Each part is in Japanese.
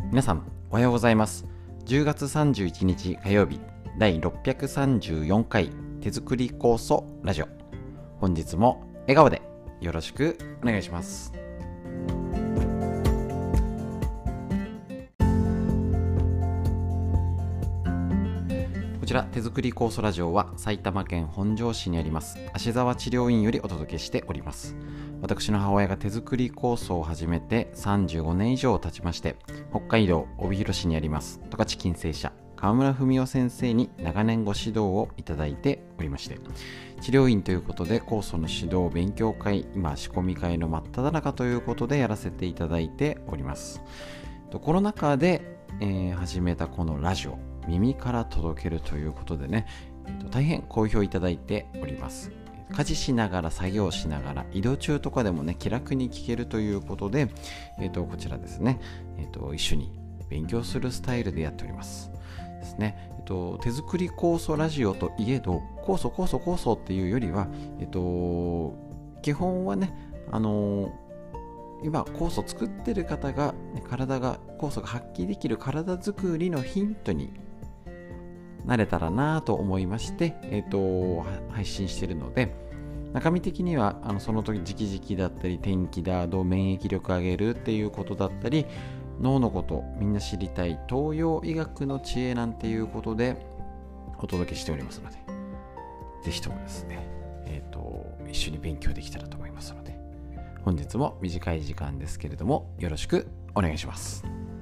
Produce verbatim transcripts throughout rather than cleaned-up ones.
皆さんおはようございます。じゅうがつさんじゅういちにち火曜日、だいろっぴゃくさんじゅうよんかい手作り酵素ラジオ。本日も笑顔でよろしくお願いします。こちら手作り酵素ラジオは埼玉県本庄市にあります芦沢治療院よりお届けしております。私の母親が手作り酵素を始めてさんじゅうごねん以上経ちまして、北海道帯広市にあります十勝金星社川村文夫先生に長年ご指導をいただいておりまして、治療院ということで酵素の指導勉強会、今仕込み会の真っ只中ということでやらせていただいております。コロナ禍で、えー、始めたこのラジオ、耳から届けるということでね、えー、と大変好評いただいております。家事しながら作業しながら移動中とかでもね気楽に聞けるということで、えー、とこちらですね、えー、と一緒に勉強するスタイルでやっておりますですね。えー、と手作り酵素ラジオといえど酵素酵素酵素っていうよりは、えー、と基本はね、あのー、今酵素作ってる方が、ね、体が酵素が発揮できる体作りのヒントになれたらなと思いまして、えー、と配信しているので、中身的にはあのその時直々だったり天気だ、どう免疫力上げるっていうことだったり、脳のこと、みんな知りたい東洋医学の知恵なんていうことでお届けしておりますので、ぜひともですね、えー、と一緒に勉強できたらと思いますので、本日も短い時間ですけれどもよろしくお願いします。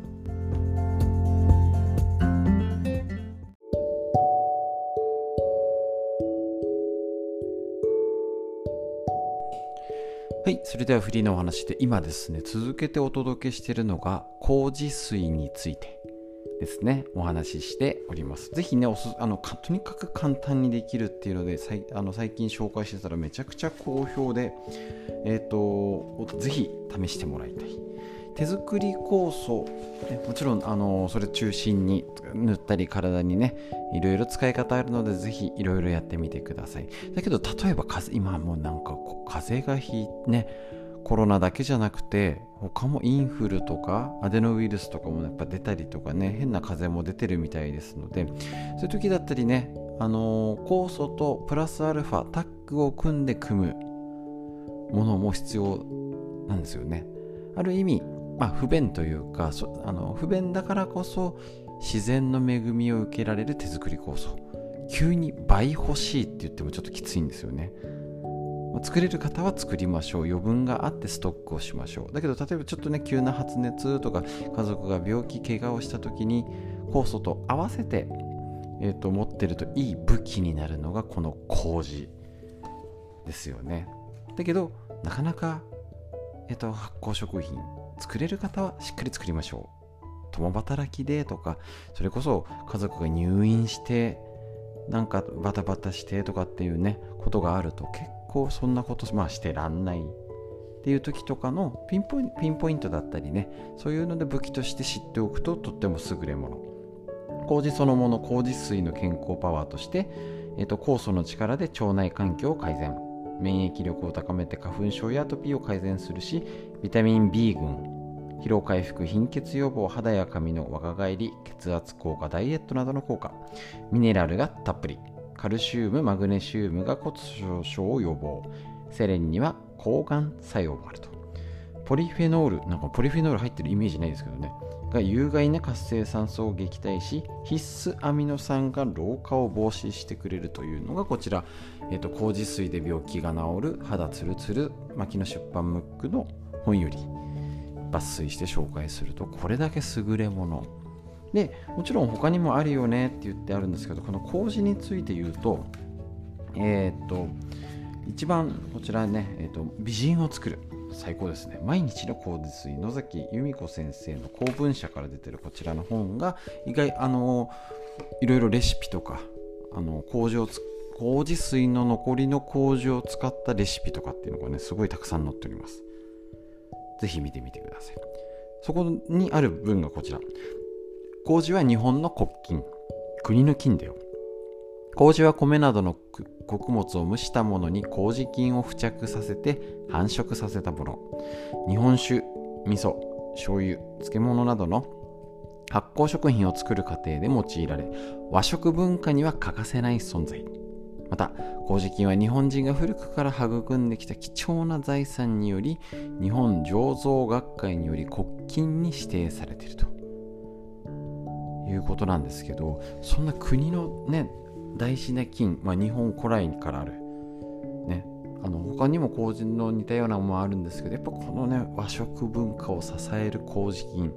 はい、それではフリーのお話で、今ですね続けてお届けしているのが麹水についてですね、お話ししております。ぜひねおすあのかとにかく簡単にできるっていうので、さいあの最近紹介してたらめちゃくちゃ好評で、えーとぜひ試してもらいたい手作り酵素、ね、もちろんあのそれ中心に塗ったり体にねいろいろ使い方あるので、ぜひいろいろやってみてください。だけど例えば風今もうなんか風邪がひいね、コロナだけじゃなくて他もインフルとかアデノウイルスとかもやっぱ出たりとかね、変な風邪も出てるみたいですので、そういう時だったりね、あのー、酵素とプラスアルファタッグを組んで組むものも必要なんですよね。ある意味まあ、不便というか、そあの不便だからこそ自然の恵みを受けられる手作り酵素。急に倍欲しいって言ってもちょっときついんですよね。まあ、作れる方は作りましょう。余分があってストックをしましょう。だけど例えばちょっとね急な発熱とか家族が病気怪我をした時に酵素と合わせて、えー、と持ってるといい武器になるのがこの麹ですよね。だけどなかなか、えー、と発酵食品作れる方はしっかり作りましょう。共働きでとか、それこそ家族が入院してなんかバタバタしてとかっていうねことがあると、結構そんなことまあしてらんないっていう時とかのピンポイン、ピンポイントだったりね、そういうので武器として知っておくととっても優れもの。麹そのもの、麹水の健康パワーとして、えっと、酵素の力で腸内環境を改善、免疫力を高めて花粉症やアトピーを改善するし、ビタミン B 群、疲労回復、貧血予防、肌や髪の若返り、血圧効果、ダイエットなどの効果、ミネラルがたっぷり、カルシウム、マグネシウムが骨粗しょうを予防、セレニには抗がん作用があると。ポリフェノール、なんかポリフェノール入ってるイメージないですけどね、が有害な活性酸素を撃退し、必須アミノ酸が老化を防止してくれるというのがこちら、えーと、麹水で病気が治る肌ツルツル、牧野出版ムックの本より抜粋して紹介すると、これだけ優れもので、もちろん他にもあるよねって言ってあるんですけど、この麹について言うと、えっ、ー、と一番こちらね、えーと、美人を作る最高ですね。毎日の麹水、野崎由美子先生の公文社から出てるこちらの本が、意外あのいろいろレシピとか、あの麹をつ麹水の残りの麹を使ったレシピとかっていうのがねすごいたくさん載っております。ぜひ見てみてください。そこにある文がこちら。麹は日本の国金、国の金だよ。麹は米などの穀物を蒸したものに麹菌を付着させて繁殖させたもの。日本酒、味噌、醤油、漬物などの発酵食品を作る過程で用いられ、和食文化には欠かせない存在。また麹菌は日本人が古くから育んできた貴重な財産により、日本醸造学会により国金に指定されているということなんですけど、そんな国のね大事な金、まあ、日本古来からあるね、あの他にも麹の似たようなものもあるんですけど、やっぱこのね和食文化を支える麹菌、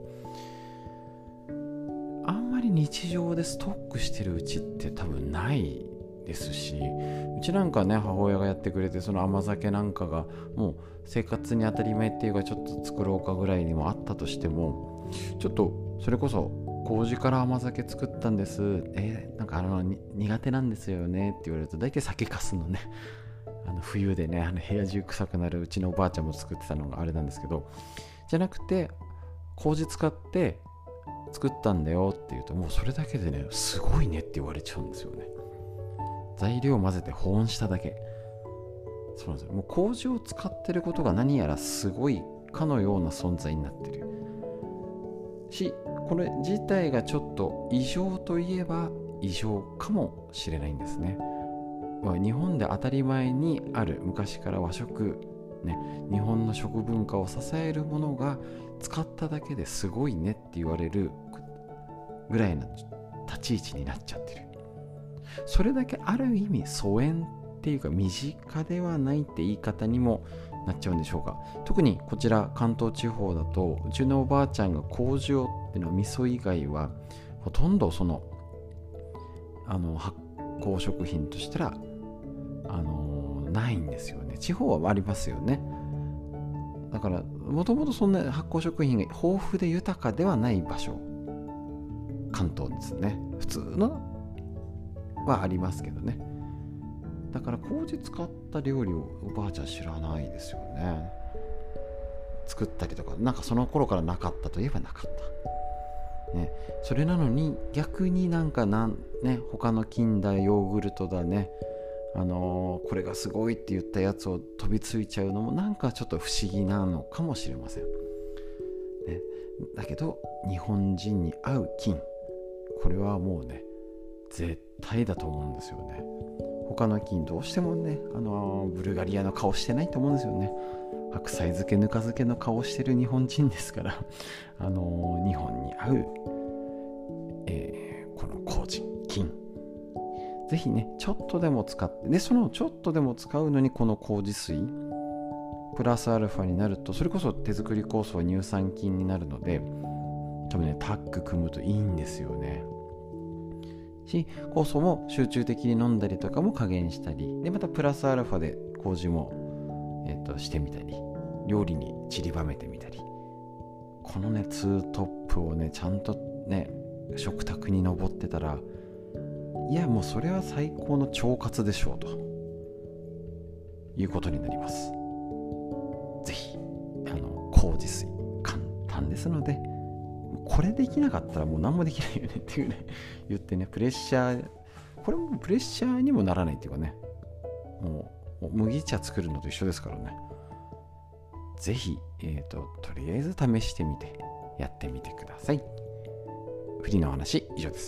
あんまり日常でストックしてるうちって多分ないですし、うちなんかね母親がやってくれて、その甘酒なんかがもう生活に当たり前っていうか、ちょっと作ろうかぐらいにもあったとしても、ちょっとそれこそ麹から甘酒作ったんです、えー、なんかあの苦手なんですよねって言われると、大体酒粕のねあの冬でねあの部屋中臭くなる、うちのおばあちゃんも作ってたのがあれなんですけど、じゃなくて麹使って作ったんだよって言うと、もうそれだけでねすごいねって言われちゃうんですよね。材料を混ぜて保温しただけ。そうなんですよ。もう麹を使ってることが何やらすごいかのような存在になってるし、これ自体がちょっと異常といえば異常かもしれないんですね。日本で当たり前にある昔から和食、ね、日本の食文化を支えるものが使っただけですごいねって言われるぐらいの立ち位置になっちゃってる。それだけある意味疎遠っていうか身近ではないって言い方にもなっちゃうんでしょうか。特にこちら関東地方だと、うちのおばあちゃんが麹をっていうのは味噌以外はほとんどそのあの発酵食品としたらあのー、ないんですよね。地方はありますよね。だからもともとそんな発酵食品が豊富で豊かではない場所、関東ですね。普通のはありますけどね。だから麹使った料理をおばあちゃん知らないですよね。作ったりとか、なんかその頃からなかったといえばなかったね。それなのに逆になんかなんね、他の菌だヨーグルトだね、あのー、これがすごいって言ったやつを飛びついちゃうのもなんかちょっと不思議なのかもしれません、ね、だけど日本人に合う菌、これはもうね絶対だと思うんですよね。他の菌どうしてもね、あのー、ブルガリアの顔してないと思うんですよね。白菜漬けぬか漬けの顔してる日本人ですからあのー、日本に合う、えー、この麹菌、ぜひねちょっとでも使って、でそのちょっとでも使うのにこの麹水プラスアルファになると、それこそ手作り酵素は乳酸菌になるので、多分ねタッグ組むといいんですよね。し、酵素も集中的に飲んだりとかも加減したりで、またプラスアルファで麹も、えー、としてみたり、料理に散りばめてみたり、このねツートップをねちゃんとね食卓に上ってたら、いやもうそれは最高の腸活でしょうということになります。ぜひあの麹水簡単ですので、これできなかったらもう何もできないよねっていうね言ってね、プレッシャー、これもプレッシャーにもならないっていうかね、もう麦茶作るのと一緒ですからね。ぜひ、えーと、とりあえず試してみてやってみてください。フリーの話以上です。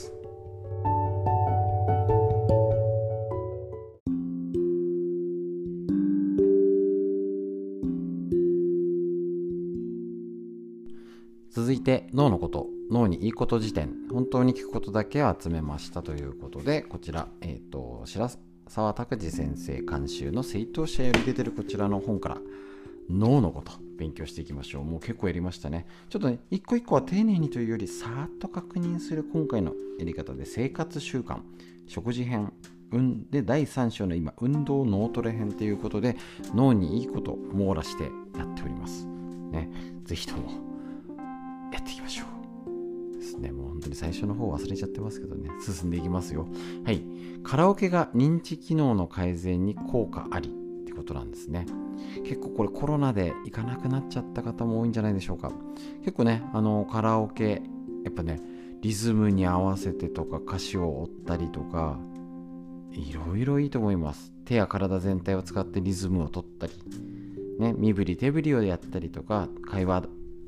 続いて脳のこと、脳にいいこと辞典、本当に聞くことだけを集めましたということで、こちら、えーと、白沢拓司先生監修の正当者より出てるこちらの本から脳のこと勉強していきましょう。もう結構やりましたね。ちょっとね一個一個は丁寧にというよりさーっと確認する今回のやり方で、生活習慣、食事編、運でだいさん章の今運動脳トレ編ということで、脳にいいこと網羅してやっておりますね。ぜひともやっていきましょうですね。もう本当に最初の方忘れちゃってますけどね、進んでいきますよ。はい、カラオケが認知機能の改善に効果ありってことなんですね。結構これコロナで行かなくなっちゃった方も多いんじゃないでしょうか。結構ねあのカラオケやっぱねリズムに合わせてとか歌詞を追ったりとかいろいろいいと思います。手や体全体を使ってリズムを取ったりね、身振り手振りをやったりとか、会話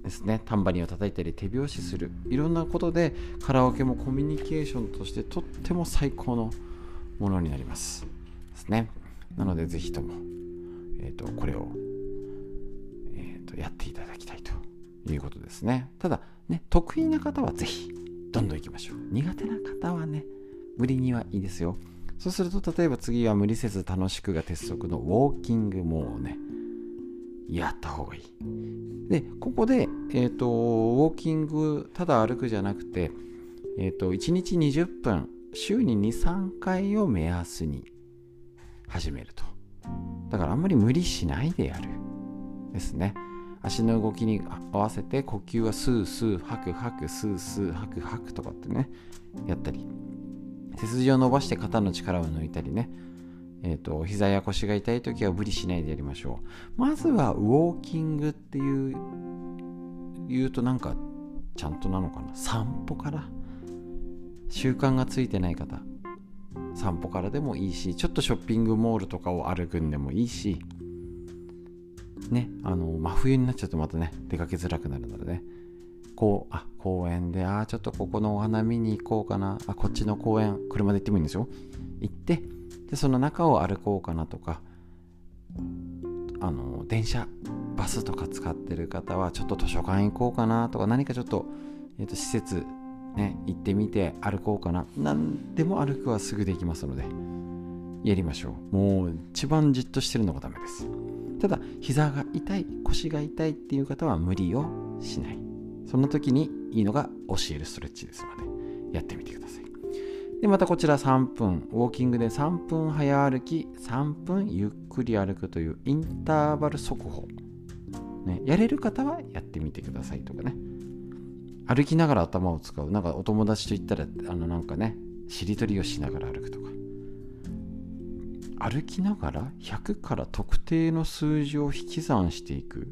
ですね、タンバリンを叩いたり手拍子する、いろんなことでカラオケもコミュニケーションとしてとっても最高のものになりますですね。なのでぜひとも、えーと、これを、えーと、やっていただきたいということですね。ただね、得意な方はぜひどんどん行きましょう。苦手な方はね、無理にはいいですよ。そうすると例えば次は無理せず楽しくが鉄則のウォーキングもね、やった方がいい。で、ここで、えーと、ウォーキングただ歩くじゃなくて、えーと、いちにちにじゅっぷん、週にに、さんかいを目安に始めると。だからあんまり無理しないでやるですね。足の動きに合わせて呼吸はスースー吐く吐くスースー吐く吐くとかってね、やったり、背筋を伸ばして肩の力を抜いたりね、えーと、膝や腰が痛いときは無理しないでやりましょう。まずはウォーキングっていう言うとなんかちゃんとなのかな、散歩から、習慣がついてない方、散歩からでもいいし、ちょっとショッピングモールとかを歩くんでもいいしね、あの真冬になっちゃうとまたね出かけづらくなるのでね、こうあ公園であちょっとここのお花見に行こうかな、あこっちの公園車で行ってもいいんですよ。行ってでその中を歩こうかなとか、あの電車バスとか使ってる方はちょっと図書館行こうかなとか、何かちょっと、えーと施設ね行ってみて歩こうかな、何でも歩くはすぐできますのでやりましょう。もう一番じっとしてるのがダメです。ただ膝が痛い、腰が痛いっていう方は無理をしない。そんな時にいいのが教えるストレッチですのでやってみてください。でまたこちらさんぷん、ウォーキングでさんぷん早歩き、さんぷんゆっくり歩くというインターバル速歩、ね、やれる方はやってみてくださいとかね。歩きながら頭を使う、なんかお友達と言ったらあのなんかねしりとりをしながら歩くとか、歩きながらひゃくから特定の数字を引き算していく。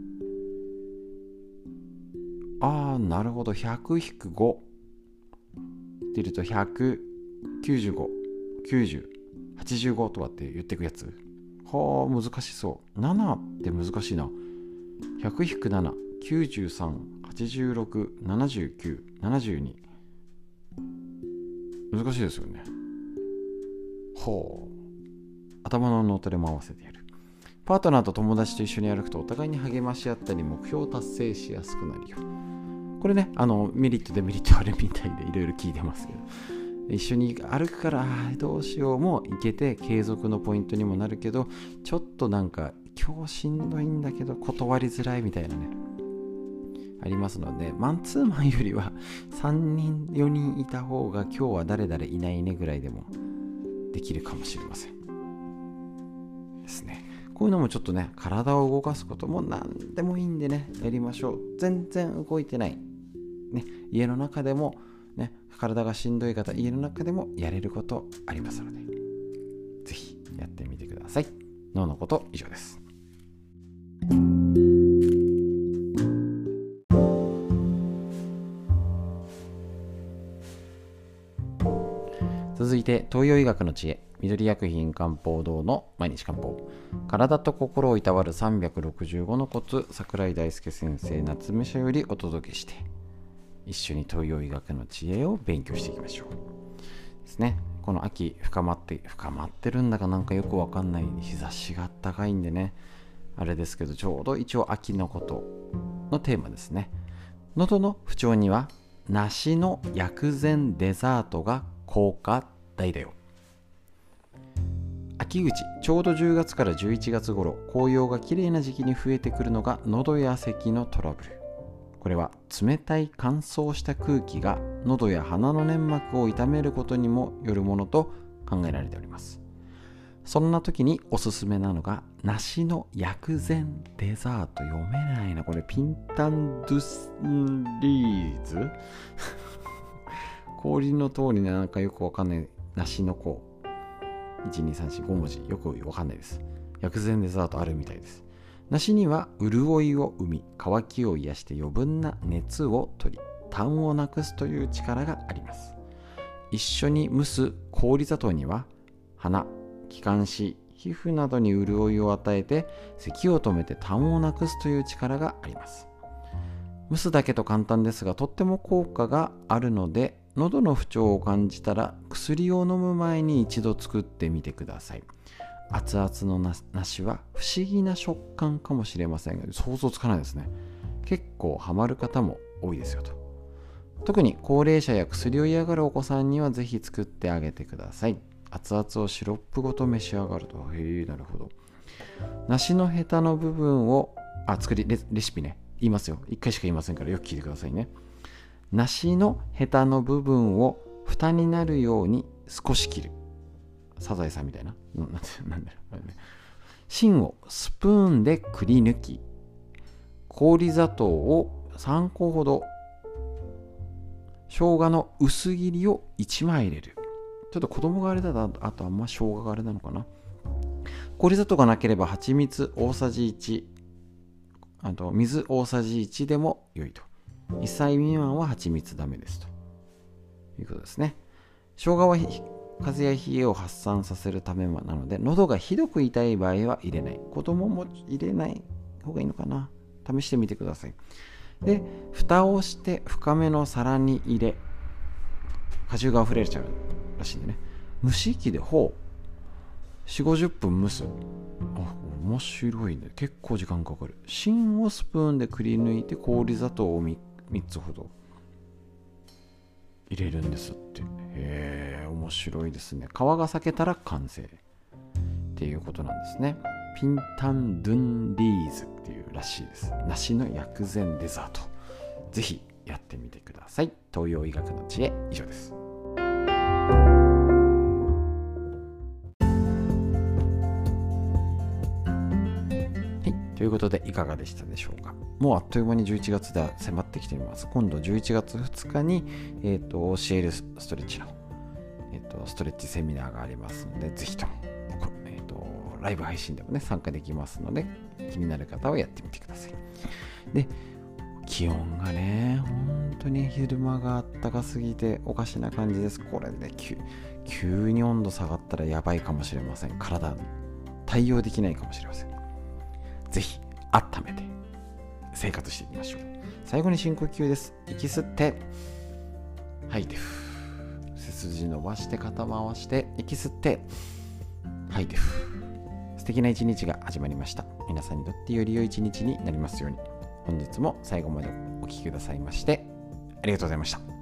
ああなるほど、ひゃく引くごって言うとひゃくきゅうじゅうご、きゅうじゅう、はちじゅうごとかって言っていくやつ。はあ難しそう。ななって難しいな。ひゃく引くなな、きゅうじゅうさん、はちじゅうろく、ななじゅうきゅう、ななじゅうに。難しいですよね。はあ頭の脳トレも合わせてやる。パートナーと友達と一緒に歩くとお互いに励まし合ったり目標を達成しやすくなるよ。これね、あのメリットデメリットあるみたいでいろいろ聞いてますけど、一緒に歩くからどうしようもいけて継続のポイントにもなるけど、ちょっとなんか今日しんどいんだけど断りづらいみたいなねありますので、マンツーマンよりはさんにんよにんいた方が今日は誰々いないねぐらいでもできるかもしれませんですね。こういうのもちょっとね、体を動かすことも何でもいいんでね、やりましょう。全然動いてない、ね、家の中でも、ね、体がしんどい方、家の中でもやれることありますので、ぜひやってみてください。脳のこと以上です。続いて東洋医学の知恵、緑薬品漢方堂の毎日漢方、体と心をいたわるさんびゃくろくじゅうごのコツ、桜井大輔先生夏目社よりお届けして、一緒に東洋医学の知恵を勉強していきましょうですね。この秋深まって深まってるんだかなんかよくわかんない、日差しがあったかいんでねあれですけど、ちょうど一応秋のことのテーマですね。喉の不調には梨の薬膳デザートが効果大だよ。秋口、ちょうどじゅうがつからじゅういちがつ頃、紅葉がきれいな時期に増えてくるのが喉や咳のトラブル。これは冷たい乾燥した空気が喉や鼻の粘膜を痛めることにもよるものと考えられております。そんな時におすすめなのが梨の薬膳デザート。読めないなこれ、ピンタンドゥスリーズ氷の通りなんかよくわかんない梨の子、いちにさんしご文字よくわかんないです。薬膳デザートあるみたいです。梨には潤いを生み、渇きを癒して余分な熱を取り、痰をなくすという力があります。一緒に蒸す氷砂糖には鼻、気管支、皮膚などに潤いを与えて咳を止めて痰をなくすという力があります。 蒸すだけと簡単ですがとっても効果があるので、喉の不調を感じたら薬を飲む前に一度作ってみてください。熱々のな梨は不思議な食感かもしれませんが、想像つかないですね。結構ハマる方も多いですよと。特に高齢者や薬を嫌がるお子さんにはぜひ作ってあげてください。熱々をシロップごと召し上がると。へえ、なるほど。梨のヘタの部分をあ作り レ, レシピね言いますよ。一回しか言いませんからよく聞いてくださいね。梨のヘタの部分を蓋になるように少し切る。サザエさんみたいな。なんだなんだろう、ね、芯をスプーンでくり抜き、氷砂糖をさんこほど、生姜の薄切りをいちまい入れる。ちょっと子供があれだと、あとあんま生姜があれなのかな。氷砂糖がなければ蜂蜜大さじいち、あと水大さじいちでも良いと。いっさい未満は蜂蜜ダメですということですね。生姜は風邪や冷えを発散させるためなので、喉がひどく痛い場合は入れない。子供も入れない方がいいのかな。試してみてください。で、蓋をして深めの皿に入れ、果汁が溢れちゃうらしいんでね、蒸し器でほうよんじゅうごじゅっぷん蒸す。あ、面白いね。結構時間かかる。芯をスプーンでくり抜いて氷砂糖を 3, 3つほど入れるんですって。へえ、面白いですね。皮が裂けたら完成っていうことなんですね。ピンタンドゥンリーズっていうらしいです。梨の薬膳デザート。ぜひやってみてください。東洋医学の知恵、以上です。ということでいかがでしたでしょうか。もうあっという間にじゅういちがつで迫ってきています。今度じゅういちがつふつかに、えー、と教えるストレッチの、えー、とストレッチセミナーがありますので、ぜひとも、えー、とライブ配信でもね参加できますので、気になる方はやってみてください。で、気温がね本当に昼間があったかすぎておかしな感じです。これで急、急に温度下がったらやばいかもしれません。体対応できないかもしれません。ぜひ温めて生活していきましょう。最後に深呼吸です。息吸って吐いて、背筋伸ばして肩回して息吸って吐いて。素敵な一日が始まりました。皆さんにとってより良い一日になりますように。本日も最後までお聞きくださいましてありがとうございました。